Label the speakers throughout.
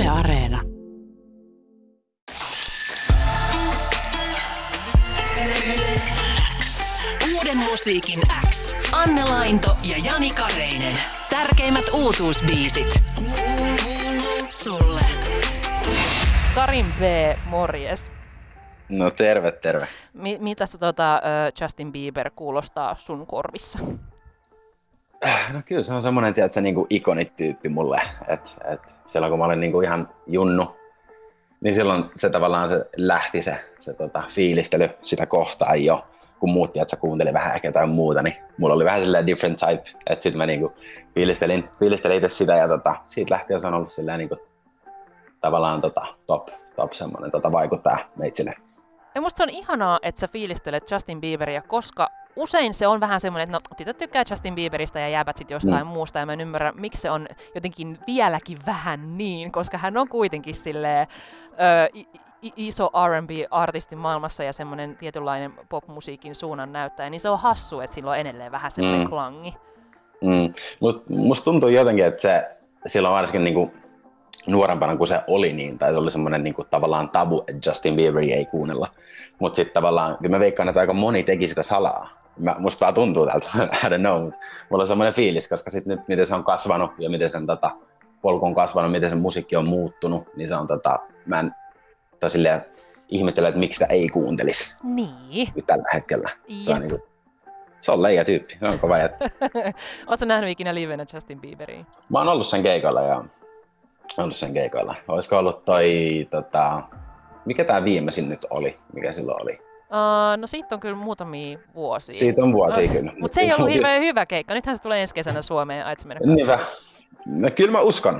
Speaker 1: Yle Areena. Yle X. Uuden musiikin X. Anne Lainto ja Jani Kareinen. Tärkeimmät uutuusbiisit. Sulle.
Speaker 2: Karin B, morjes.
Speaker 3: No terve.
Speaker 2: Mitäs Justin Bieber kuulostaa sun korvissa?
Speaker 3: No kyllä se on semmoinen, tiedätkö, niinku ikonityyppi mulle. Silloin kun mä olin niinku ihan junnu, niin silloin se tavallaan se lähti se fiilistely sitä kohtaan jo. Kun muut, tiedätkö, kuuntelin vähän ehkä jotain muuta, niin mulla oli vähän silleen different type. Että sit mä niinku fiilistelin itse sitä ja siitä lähtien se on ollut silleen niinku tavallaan top semmoinen vaikuttaja meitsille.
Speaker 2: Ja musta on ihanaa, että sä fiilistelet Justin Bieberia, koska usein se on vähän semmoinen, että no, tytöt tykkää Justin Bieberistä ja jäävät sit jostain muusta, ja mä en ymmärrä, miksi se on jotenkin vieläkin vähän niin, koska hän on kuitenkin silleen iso R&B-artisti maailmassa ja semmoinen tietynlainen popmusiikin suunnan näyttäjä, niin se on hassu, että sillä on edelleen vähän semmoinen klangi.
Speaker 3: Musta tuntuu jotenkin, että se silloin varsinkin niinku nuorempana kuin se oli niin, tai se oli semmoinen niinku tavallaan tabu, että Justin Bieberia ei kuunnella. Mutta sitten tavallaan, kyllä mä veikkaan, että aika moni teki sitä salaa. Musta vaan tuntuu tältä, I don't know, mutta mulla on semmoinen fiilis, koska sitten nyt miten se on kasvanut ja miten sen polku on kasvanut, miten sen musiikki on muuttunut, niin se on mä en silleen ihmettele, että miksi sitä ei kuuntelisi tällä hetkellä. Se on leija tyyppi, se on kova jättä.
Speaker 2: Ootko nähnyt ikinä livenä Justin Bieberia?
Speaker 3: Mä oon ollut sen keikoilla. Olisiko ollut mikä tää viimeisin nyt oli? Mikä silloin oli?
Speaker 2: No siitä on kyllä muutamia vuosia.
Speaker 3: Siitä on vuosia kyllä.
Speaker 2: Mutta se ei ollut hyvä keikka. Nythän se tulee ensi kesänä Suomeen.
Speaker 3: Niinpä. Kyllä mä uskon.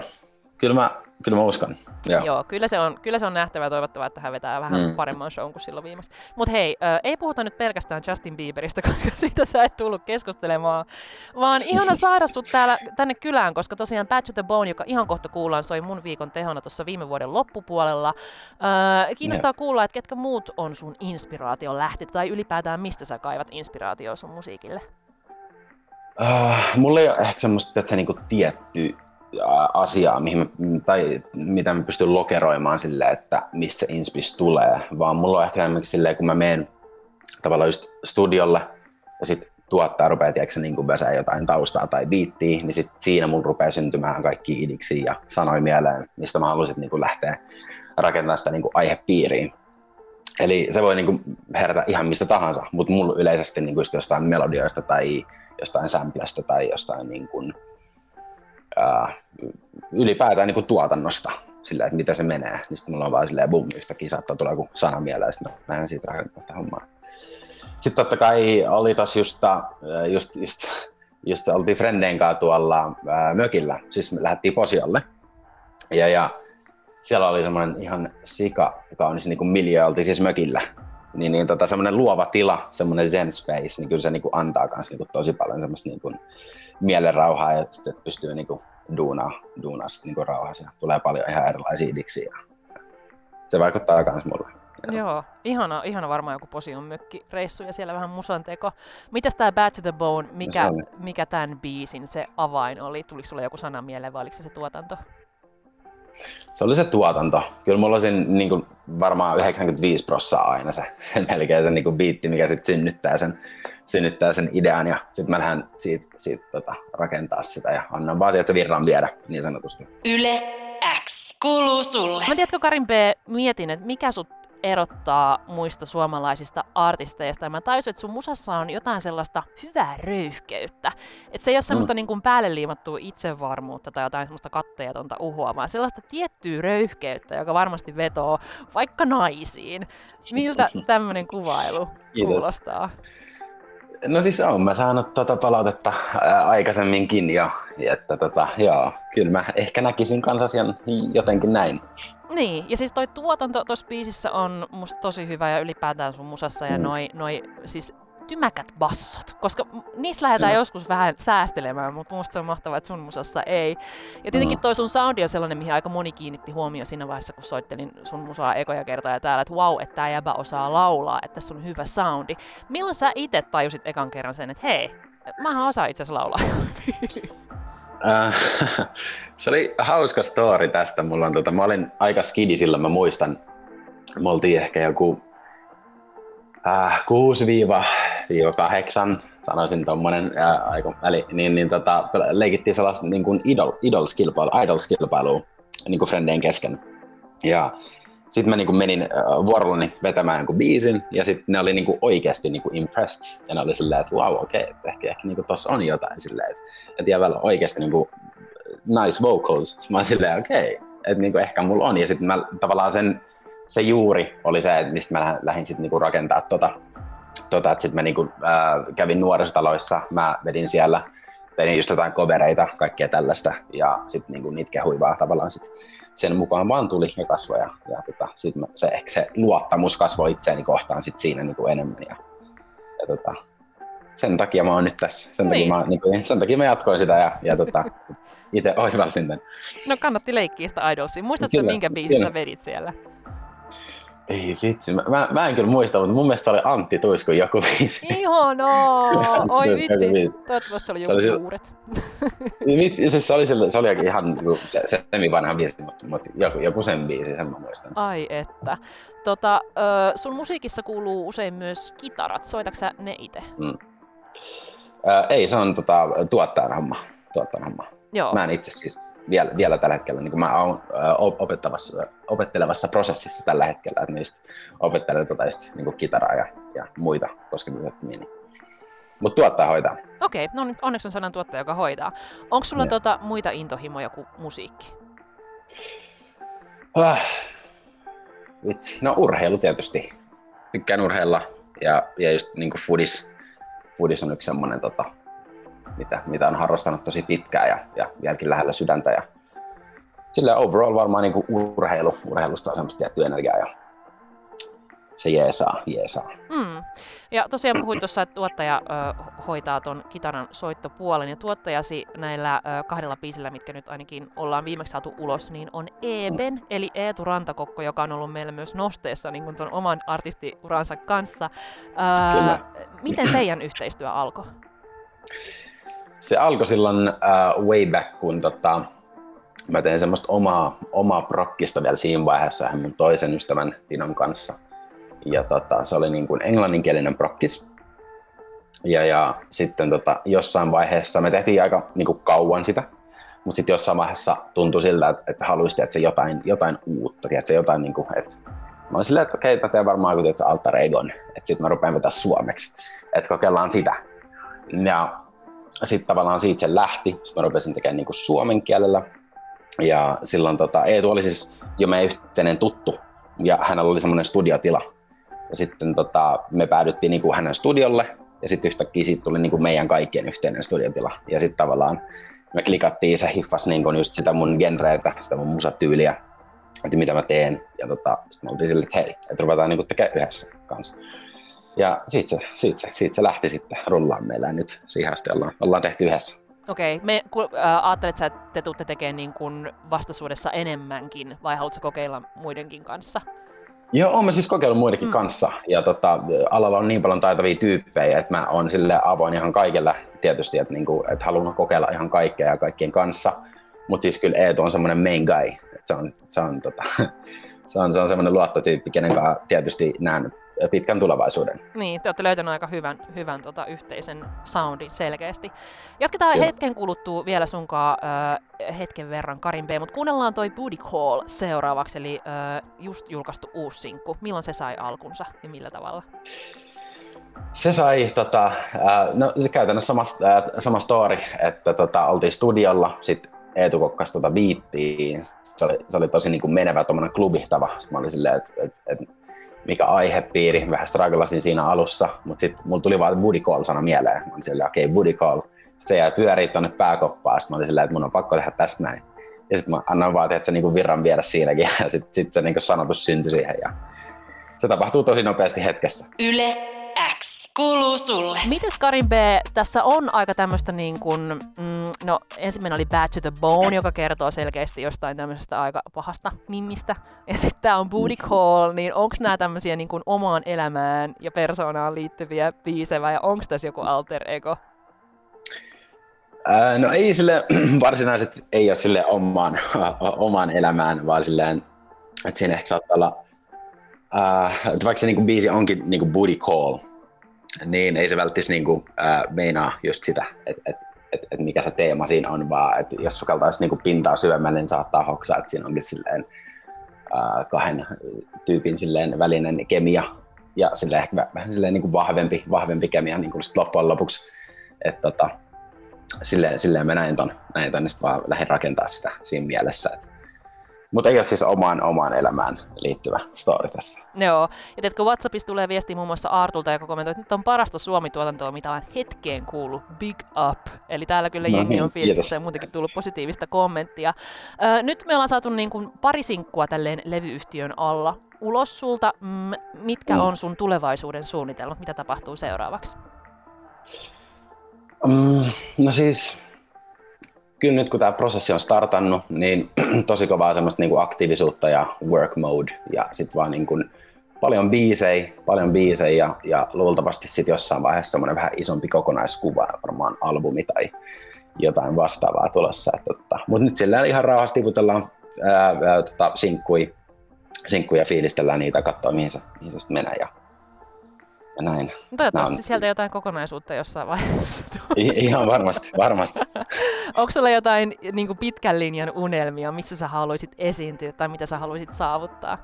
Speaker 2: Joo, kyllä se on nähtävä ja toivottavaa, että hän vetää vähän paremman shown kuin silloin viimeksi. Mutta hei, ei puhuta nyt pelkästään Justin Bieberistä, koska siitä sä et tullut keskustelemaan, vaan ihana saada sut tänne kylään, koska tosiaan Bad to the Bone, joka ihan kohta kuullaan, soi mun viikon tehona tuossa viime vuoden loppupuolella. Kiinnostaa kuulla, että ketkä muut on sun inspiraation lähti, tai ylipäätään mistä sä kaivat inspiraatioa sun musiikille?
Speaker 3: Mulla ei ole ehkä semmoista, että se niinku tietty asiaa, mitä mä pystyn lokeroimaan silleen, että mistä se inspis tulee, vaan mulla on ehkä esimerkiksi silleen, kun mä menen tavallaan just studiolle ja sit tuottaa rupeaa niin vesää jotain taustaa tai biittiä, niin sit siinä mulla rupeaa syntymään kaikki idiksiä ja sanoi mieleen, mistä mä haluaisin niin lähteä rakentamaan sitä niin aihepiiriin. Eli se voi niin herätä ihan mistä tahansa, mutta mulla yleisesti niin just jostain melodioista tai jostain sampleista tai jostain niin kuin, ylipäätään niin tuotannosta, sillä että mitä se menee, niin sitten mulla on vaan silleen bum, yhtäkkiä saattaa tulla joku sana mieleen, ja sitten mä lähden siitä rakentamaan sitä hommaa. Sitten totta kai oli tossa just oltiin frendeen kanssa tuolla mökillä, siis me lähdettiin Posiolle, ja siellä oli semmoinen ihan sika kaunis niin kuin miljöö, oltiin siis mökillä, niin semmoinen luova tila, semmoinen zen space, niin kyllä se niin kuin antaa kans niin kuin tosi paljon semmoista niin kuin mielenrauhaa ja sitten pystyy niin kuin duunaa niinku rauhassa. Tulee paljon ihan erilaisia idiksiä. Se vaikuttaa kans mulle.
Speaker 2: Joo, ihana varmaan joku Posion mökkireissu ja siellä vähän musanteko. Mitäs tää Bad to the Bone, mikä tän biisin se avain oli? Tuliko sulle joku sana mieleen vai oliko se tuotanto?
Speaker 3: Se oli se tuotanto. Kyllä mulla oli niin varmaan 95% aina se melkein se niin biitti, mikä sit synnyttää sen idean ja sitten mä lähden siitä rakentaa sitä ja annan vaan virran viedä niin sanotusti.
Speaker 1: Yle X kuuluu sulle.
Speaker 2: Mä tiedätkö Karin B, mietin, että mikä sut erottaa muista suomalaisista artisteista. Ja mä tajusin, että sun musassa on jotain sellaista hyvää röyhkeyttä. Että se ei ole semmoista niin kuin päälle liimattua itsevarmuutta tai jotain semmoista katteetonta uhoa, vaan sellaista tiettyä röyhkeyttä, joka varmasti vetoo vaikka naisiin. Miltä tämmöinen kuvailu kuulostaa?
Speaker 3: No siis on mä saanut palautetta aikaisemminkin jo, että joo, kyllä mä ehkä näkisin kans asian jotenkin näin.
Speaker 2: Niin, ja siis toi tuotanto tossa biisissä on musta tosi hyvä ja ylipäätään sun musassa ja noi siis tymäkät bassot, koska niissä lähdetään joskus vähän säästelemään, mutta musta se on mahtavaa, että sun musassa ei. Ja tietenkin toi sun soundi on sellainen, mihin aika moni kiinnitti huomioon siinä vaiheessa, kun soittelin sun musaa ekoja kertaa täällä, että vau, että tää jäbä osaa laulaa, että tässä on hyvä soundi. Milloin sä itse tajusit ekan kerran sen, että hei, mähän osaan itse asiassa laulaa?
Speaker 3: Se oli hauska story tästä. Mä olin aika skidi silloin, mä muistan. Me oltiin ehkä joku 6-8, sanoisin tommonen aikaväli, leikittiin sellaista niin kuin idols-kilpailua niin kuin frendeen kesken. Ja sitten mä niin kuin menin vuorollani vetämään jonkun biisin, ja sitten ne oli niin kuin oikeasti niin kuin impressed. Ja ne oli silleen, että wow, okei, että ehkä niin kuin tossa on jotain silleen, että vielä oikeasti niin kuin nice vocals. Sitten mä olin silleen, okei, että niin kuin ehkä mulla on. Ja sitten mä tavallaan se juuri oli se, että mistä mä lähdin sitten niinku rakentaa että sitten mä niinku, kävin nuorisotaloissa, mä vedin siellä, tein just jotain covereita, kaikkea tällaista, ja sitten niinku niitä kehui vaan tavallaan sit sen mukaan vaan tuli ja kasvoi, ja sitten se luottamus kasvoi itseäni kohtaan sit siinä niinku enemmän, ja sen takia mä oon nyt tässä, sen takia mä jatkoin sitä, ja itse oivalsin tämän.
Speaker 2: No kannatti leikkiä sitä Idolsia. Muistatko minkä biisin sä vedit siellä?
Speaker 3: Ei vitsi, mä en kyllä muista, mutta mun mielestä se oli Antti Tuiskun joku biisi.
Speaker 2: Ihanaa! Oi vitsi, toivottavasti se oli joku Juuret.
Speaker 3: Se oli ihan se semi-vanha biisi, mutta joku sen biisi, sen mä muistan.
Speaker 2: Ai että. Sun musiikissa kuuluu usein myös kitarat, soitatko sä ne itse?
Speaker 3: Ei, se on tuottajan homma.
Speaker 2: Joo.
Speaker 3: Mä en itse siis vielä tällä hetkellä, niin kuin mä oon opettelevassa prosessissa tällä hetkellä, että niistä opettelen niin kitaraa ja muita kosketusottimia. Mutta tuottaja hoitaa.
Speaker 2: Okei, no nyt onneksi on sellainen tuottaja, joka hoitaa. Onko sulla muita intohimoja kuin musiikki?
Speaker 3: Vitsi, no urheilu tietysti. Tykkään urheilla ja just niin kuin foodis on yksi semmoinen mitä on harrastanut tosi pitkään ja vieläkin lähellä sydäntä. Ja silleen overall varmaan niin kuin urheilusta on semmoista tiettyä energiaa ja se jeesaa.
Speaker 2: Ja tosiaan puhuit tuossa, että tuottaja hoitaa ton kitaran soittopuolen, ja tuottajasi näillä 2 biisillä, mitkä nyt ainakin ollaan viimeksi saatu ulos, niin on Eben, eli Eetu Rantakokko, joka on ollut meillä myös nosteessa niin kuin ton oman artistiuransa kanssa. Miten teidän yhteistyö alkoi?
Speaker 3: Se alkoi silloin way back, kun mä tein semmoista omaa prokkista vielä siinä vaiheessa mun toisen ystävän Tinon kanssa. Ja se oli niin kuin englanninkielinen prokkis. Ja sitten jossain vaiheessa, me tehtiin aika niin kuin kauan sitä, mutta sitten jossain vaiheessa tuntui siltä, että haluaisi että se jotain uutta, että se jotain niin kuin, että mä olin silleen, että okei, mä teen varmaan joku alter egon, että sitten mä rupean vetää suomeksi, että kokeillaan sitä. Ja sitten tavallaan siitä se lähti, sitten mä rupesin tekemään niinku suomen kielellä. Ja silloin Eetu oli siis jo meidän yhteinen tuttu, ja hänellä oli semmoinen studiotila. Ja sitten me päädyttiin niinku hänen studiolle, ja sitten yhtäkkiä siitä tuli niinku meidän kaikkien yhteinen studiotila. Ja sitten tavallaan me klikattiin, se hiffasi niinku just sitä mun genreitä, sitä mun musatyyliä, että mitä mä teen. Ja sitten me oltiin silleen, että hei, että ruvetaan niinku tekemään yhdessä kanssa. Ja siitä se lähti sitten rullaan meillä, ja nyt siihen asti ollaan tehty yhdessä.
Speaker 2: Okei, ajattelet sä, että te tuutte tekemään niin kuin vastaisuudessa enemmänkin, vai haluatko kokeilla muidenkin kanssa?
Speaker 3: Joo, oon mä siis kokeillut muidenkin kanssa, ja alalla on niin paljon taitavia tyyppejä, että mä oon silleen avoin ihan kaikille tietysti, että että haluan kokeilla ihan kaikkea ja kaikkien kanssa, mutta siis kyllä Eetu on semmoinen main guy, että se on semmoinen luottotyyppi, kenen kanssa tietysti näen pitkän tulevaisuuden.
Speaker 2: Niin, te olette löytäneet aika hyvän yhteisen soundin selkeästi. Jatketaan hetken kuluttua vielä sunkaan hetken verran Karin B, mutta kuunnellaan toi Booty Call seuraavaksi, eli just julkaistu uusi sinkku. Milloin se sai alkunsa ja millä tavalla?
Speaker 3: Se sai, no se käytännössä sama story, että oltiin studiolla, sit Eetu kokkasi biittiin, se oli tosi niin kuin menevä tommonen klubihtava, sit mä olin silleen, että mikä aihepiiri, vähän strugglasin siinä alussa, mutta sitten mulla tuli vaan Booty Call-sana mieleen. Mä olin silleen, okei, Booty Call. Sitten se jäi pyörii tonne pääkoppaan, sitten mä olin silleen, että mun on pakko tehdä tästä näin. Ja sitten mä annan vaan tehdä se niinku virran viedä siinäkin, ja sitten se niinku sanotus syntyi siihen. Ja se tapahtuu tosi nopeasti hetkessä.
Speaker 1: Yle X kuuluu sulle.
Speaker 2: Mites Karin B, tässä on aika tämmöistä niin kuin, no ensimmäinen oli Bad to the Bone, joka kertoo selkeästi jostain tämmöisestä aika pahasta mimmistä. Ja sitten tää on Booty Call, niin onks nää tämmösiä niin kuin omaan elämään ja persoonaan liittyviä biisejä, ja onks tässä joku alter ego?
Speaker 3: No ei sille varsinaiset ei ole sille omaan elämään, vaan silleen, että siinä ehkä saattaa olla, että vaikka se niinku biisi onkin niinku booty call, niin ei se välttis niinku meinaa just sitä, että mikä se teema siinä on, vaan että jos sukeltaisi niinku pintaa syvemmälle, niin saattaa hoksaa, että siinä onkin silleen kahden tyypin silleen välinen kemia ja silleen ehkä vähän silleen niinku vahvempi kemia niinku loppujen lopuksi, että silleen mä näin ton ja sitten vaan lähdin rakentaa sitä siinä mielessä. Mutta ei ole siis omaan elämään liittyvä story tässä.
Speaker 2: Joo, ja teetkö WhatsAppissa tulee viesti muun muassa Artulta, joka kommentoi, että nyt on parasta Suomi-tuotantoa, mitä olen hetkeen kuullut. Big up! Eli täällä kyllä jengi on fiiliksissä ja muutenkin tullut positiivista kommenttia. Nyt me ollaan saatu niin kuin pari sinkkua tälleen levyyhtiön alla ulos sulta. Mitkä on sun tulevaisuuden suunnitelmat? Mitä tapahtuu seuraavaksi?
Speaker 3: No siis, kyllä nyt kun tämä prosessi on startannut, niin tosi kovaa semmoista niinku aktiivisuutta ja work mode ja sitten vaan niinku paljon biisejä ja luultavasti sitten jossain vaiheessa semmoinen vähän isompi kokonaiskuva, varmaan albumi tai jotain vastaavaa tulossa. Mutta nyt sillä ihan rauhassa tiputellaan sinkkuja, fiilistellään niitä, katsoa mihin se sitten menee ja näin.
Speaker 2: Toivottavasti sieltä jotain kokonaisuutta jossain vaiheessa.
Speaker 3: Ihan varmasti.
Speaker 2: Onko sulla jotain niin kuin pitkän linjan unelmia, missä sä haluaisit esiintyä tai mitä sä haluaisit saavuttaa?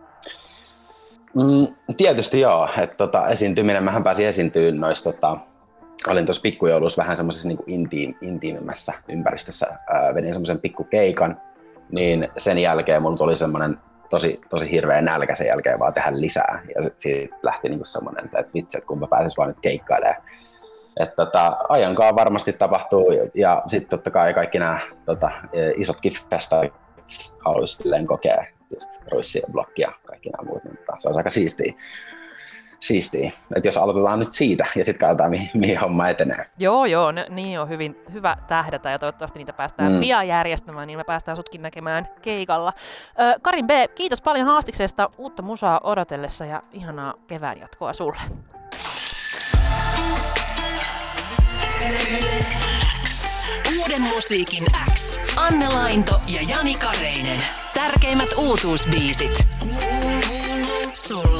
Speaker 3: Tietysti joo. Esiintyminen, mähän pääsin esiintyä noissa, olin tuossa pikkujoulussa vähän semmoisessa niin intiimimmässä ympäristössä, vedin semmoisen pikkukeikan, niin sen jälkeen mulla tuli semmoinen tosi hirveä nälkä sen jälkeen vaan tehdä lisää. Ja siitä lähti niinku semmoinen, että vitsi, että kun mä pääsis vaan nyt keikkailemaan. Että ajankaan varmasti tapahtuu ja sitten totta kai kaikki nämä isotkin festarit haluaisi silleen kokea. Tietysti Ruissi ja Blokki ja kaikki nämä muut, mutta se on aika siistiä. Että jos aloitetaan nyt siitä ja sitten katsotaan mihin homma etenee.
Speaker 2: Joo, niin on hyvä tähdätä ja toivottavasti niitä päästään pian järjestämään, niin me päästään sutkin näkemään keikalla. Karin B, kiitos paljon haastiksesta uutta musaa odotellessa ja ihanaa kevään jatkoa sulle.
Speaker 1: Uuden musiikin X. Anne Lainto ja Jani Kareinen. Tärkeimmät uutuusbiisit. Sulle.